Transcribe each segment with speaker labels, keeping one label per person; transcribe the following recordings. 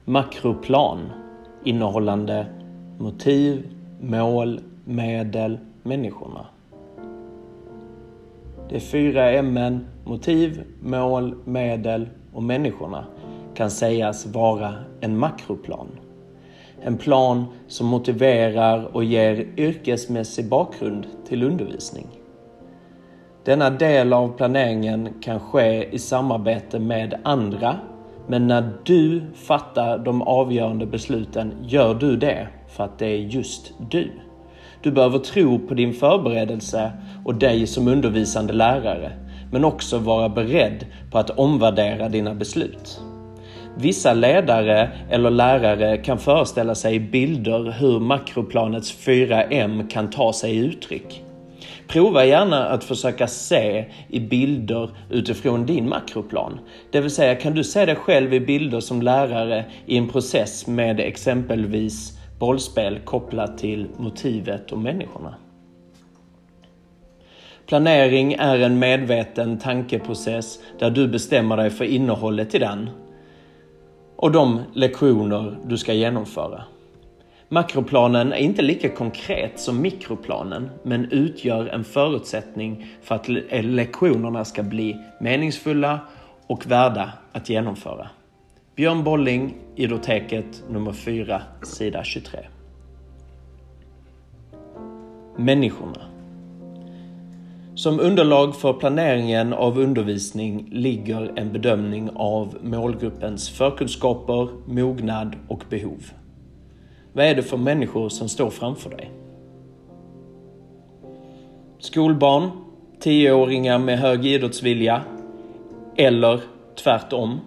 Speaker 1: Makroplan innehållande motiv, mål, medel, människorna. De 4 ämnen, motiv, mål, medel och människorna kan sägas vara en makroplan. En plan som motiverar och ger yrkesmässig bakgrund till undervisning. Denna del av planeringen kan ske i samarbete med andra, men när du fattar de avgörande besluten gör du det för att det är just du. Du behöver tro på din förberedelse och dig som undervisande lärare, men också vara beredd på att omvärdera dina beslut. Vissa ledare eller lärare kan föreställa sig i bilder hur makroplanets 4M kan ta sig uttryck. Prova gärna att försöka se i bilder utifrån din makroplan. Det vill säga, kan du se dig själv i bilder som lärare i en process med exempelvis bollspel kopplat till motivet och människorna. Planering är en medveten tankeprocess där du bestämmer dig för innehållet i den och de lektioner du ska genomföra. Makroplanen är inte lika konkret som mikroplanen, men utgör en förutsättning för att lektionerna ska bli meningsfulla och värda att genomföra. Björn Bolling, Idroteket nummer 4, sida 23. Människorna. Som underlag för planeringen av undervisning ligger en bedömning av målgruppens förkunskaper, mognad och behov. Vad är det för människor som står framför dig? Skolbarn, 10-åringar med hög idrottsvilja eller tvärtom?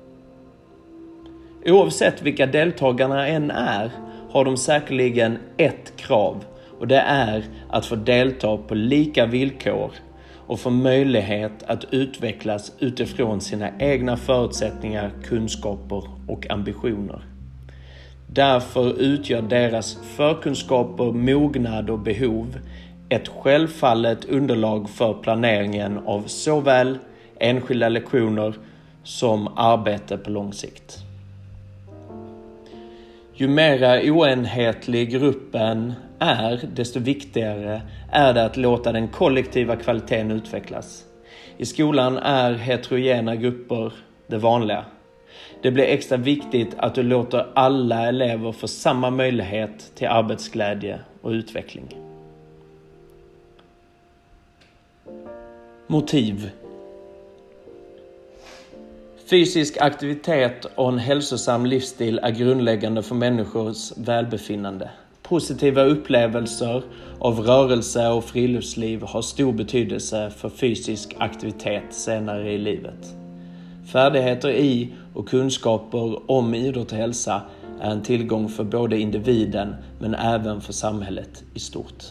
Speaker 1: Oavsett vilka deltagarna än är har de säkerligen ett krav, och det är att få delta på lika villkor och få möjlighet att utvecklas utifrån sina egna förutsättningar, kunskaper och ambitioner. Därför utgör deras förkunskaper, mognad och behov ett självfallet underlag för planeringen av såväl enskilda lektioner som arbete på lång sikt. Ju mera oenhetlig gruppen är, desto viktigare är det att låta den kollektiva kvaliteten utvecklas. I skolan är heterogena grupper det vanliga. Det blir extra viktigt att du låter alla elever få samma möjlighet till arbetsglädje och utveckling. Motiv. Fysisk aktivitet och en hälsosam livsstil är grundläggande för människors välbefinnande. Positiva upplevelser av rörelse och friluftsliv har stor betydelse för fysisk aktivitet senare i livet. Färdigheter i och kunskaper om idrott och hälsa är en tillgång för både individen men även för samhället i stort.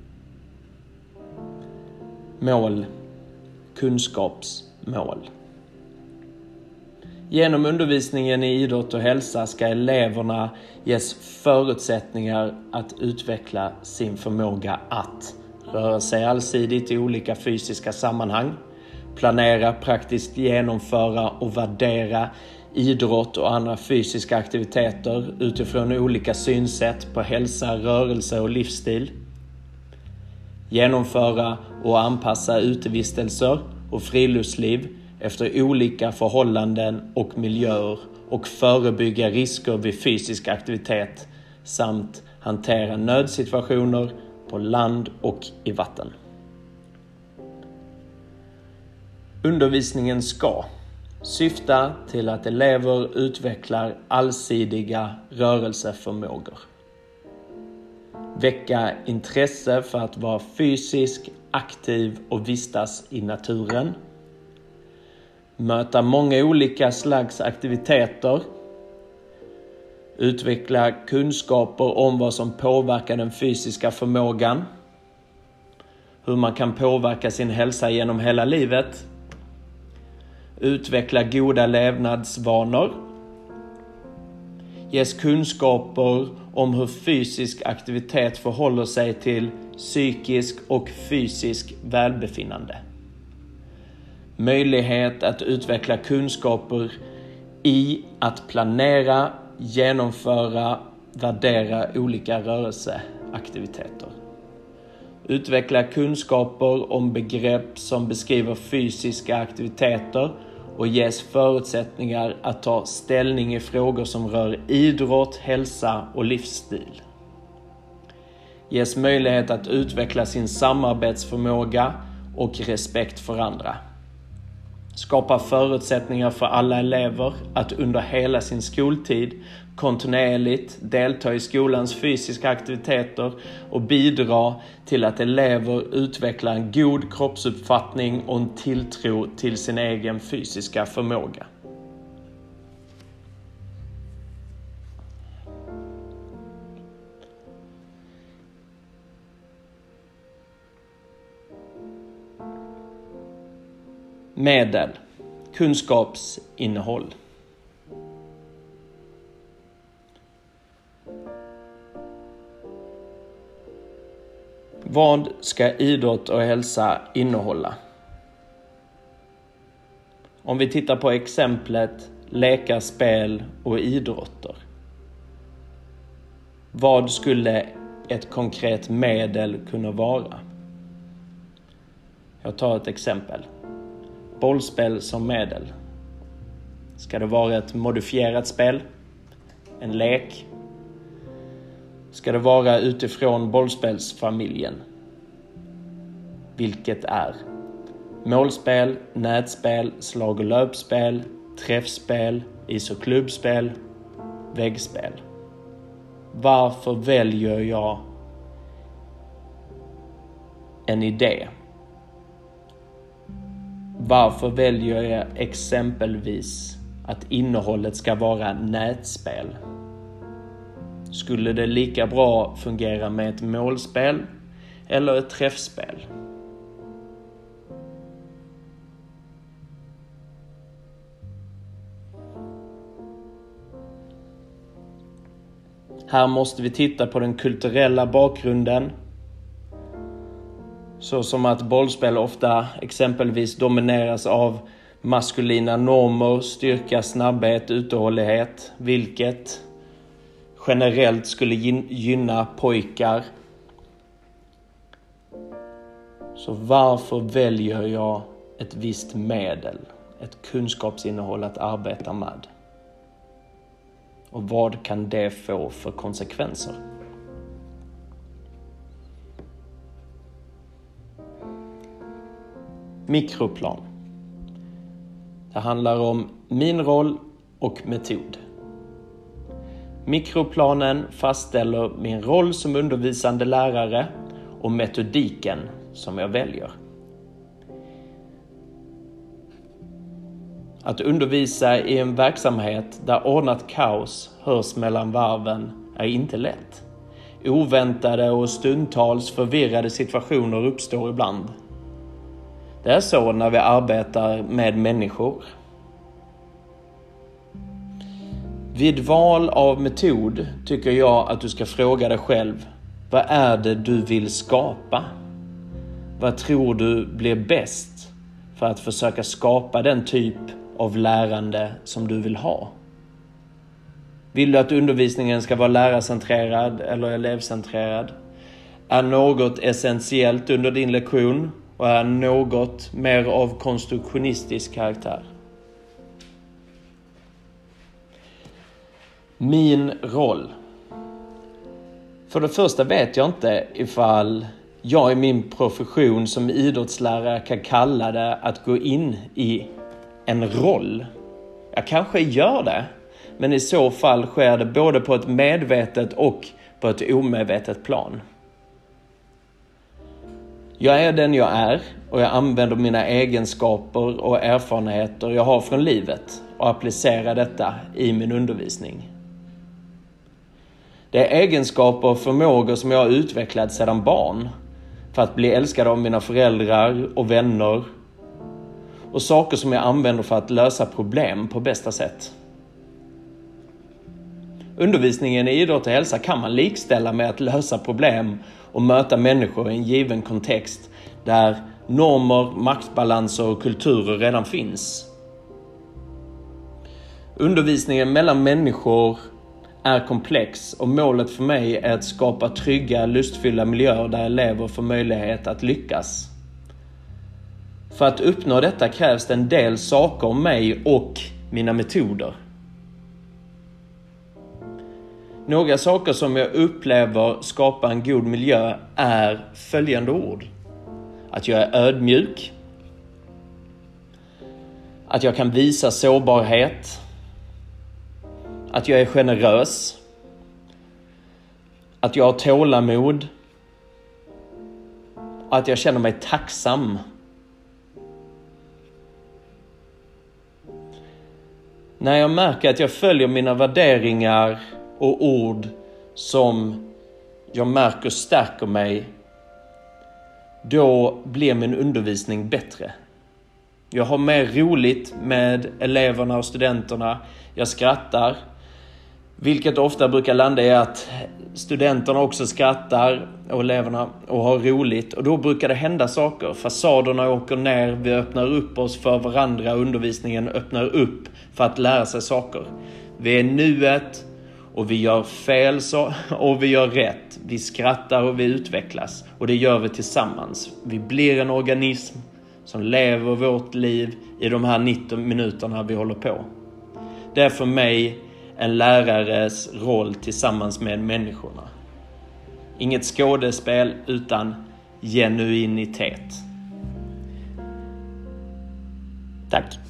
Speaker 1: Mål. Kunskapsmål. Genom undervisningen i idrott och hälsa ska eleverna ges förutsättningar att utveckla sin förmåga att röra sig allsidigt i olika fysiska sammanhang, planera, praktiskt genomföra och värdera idrott och andra fysiska aktiviteter utifrån olika synsätt på hälsa, rörelse och livsstil, genomföra och anpassa utevistelser och friluftsliv efter olika förhållanden och miljöer och förebygga risker vid fysisk aktivitet samt hantera nödsituationer på land och i vatten. Undervisningen ska syfta till att elever utvecklar allsidiga rörelseförmågor. Väcka intresse för att vara fysisk, aktiv och vistas i naturen. Möta många olika slags aktiviteter. Utveckla kunskaper om vad som påverkar den fysiska förmågan. Hur man kan påverka sin hälsa genom hela livet. Utveckla goda levnadsvanor. Ges kunskaper om hur fysisk aktivitet förhåller sig till psykisk och fysisk välbefinnande. Möjlighet att utveckla kunskaper i att planera värdera olika rörelseaktiviteter. Utveckla kunskaper om begrepp som beskriver fysiska aktiviteter och ges förutsättningar att ta ställning i frågor som rör idrott, hälsa och livsstil. Ges möjlighet att utveckla sin samarbetsförmåga och respekt för andra. Skapa förutsättningar för alla elever att under hela sin skoltid kontinuerligt delta i skolans fysiska aktiviteter och bidra till att elever utvecklar en god kroppsuppfattning och en tilltro till sin egen fysiska förmåga. Medel. Kunskapsinnehåll. Vad ska idrott och hälsa innehålla? Om vi tittar på exemplet lekar, spel och idrotter. Vad skulle ett konkret medel kunna vara? Jag tar ett exempel. Bollspel som medel. Ska det vara ett modifierat spel? En lek? Ska det vara utifrån bollspelsfamiljen? Vilket är målspel, nätspel, slag- och löpspel, träffspel, is- och klubbspel, väggspel. Varför väljer jag en idé? Varför väljer jag exempelvis att innehållet ska vara nätspel? Skulle det lika bra fungera med ett målspel eller ett träffspel? Här måste vi titta på den kulturella bakgrunden. Så som att bollspel ofta exempelvis domineras av maskulina normer, styrka, snabbhet, uthållighet, vilket generellt skulle gynna pojkar. Så varför väljer jag ett visst medel, ett kunskapsinnehåll att arbeta med? Och vad kan det få för konsekvenser? Mikroplan. Det handlar om min roll och metod. Mikroplanen fastställer min roll som undervisande lärare och metodiken som jag väljer. Att undervisa i en verksamhet där ordnat kaos hörs mellan varven är inte lätt. Oväntade och stundtals förvirrade situationer uppstår ibland. Det är så när vi arbetar med människor. Vid val av metod tycker jag att du ska fråga dig själv: vad är det du vill skapa? Vad tror du blir bäst för att försöka skapa den typ av lärande som du vill ha? Vill du att undervisningen ska vara lärarcentrerad eller elevcentrerad? Är något essentiellt under din lektion och är något mer av konstruktionistisk karaktär? Min roll. För det första vet jag inte ifall jag i min profession som idrottslärare kan kalla det att gå in i en roll. Jag kanske gör det, men i så fall sker det både på ett medvetet och på ett omedvetet plan. Jag är den jag är och jag använder mina egenskaper och erfarenheter jag har från livet och applicerar detta i min undervisning. Det är egenskaper och förmågor som jag har utvecklat sedan barn för att bli älskad av mina föräldrar och vänner, och saker som jag använder för att lösa problem på bästa sätt. Undervisningen i idrott och hälsa kan man likställa med att lösa problem och möta människor i en given kontext där normer, maktbalanser och kulturer redan finns. Undervisningen mellan människor är komplex och målet för mig är att skapa trygga, lustfyllda miljöer där elever får möjlighet att lyckas. För att uppnå detta krävs det en del saker om mig och mina metoder. Några saker som jag upplever skapar en god miljö är följande ord. Att jag är ödmjuk. Att jag kan visa sårbarhet. Att jag är generös. Att jag har tålamod. Att jag känner mig tacksam. När jag märker att jag följer mina värderingar och ord som jag märker stärker mig, då blir min undervisning bättre. Jag har mer roligt med eleverna och studenterna. Jag skrattar. Vilket ofta brukar landa i att studenterna också skrattar och eleverna och har roligt. Och då brukar det hända saker. Fasaderna åker ner, vi öppnar upp oss för varandra. Undervisningen öppnar upp för att lära sig saker. Vi är nuet och vi gör fel och vi gör rätt. Vi skrattar och vi utvecklas. Och det gör vi tillsammans. Vi blir en organism som lever vårt liv i de här 19 minuterna vi håller på. Det är för mig en lärares roll tillsammans med människorna. Inget skådespel utan genuinitet. Tack.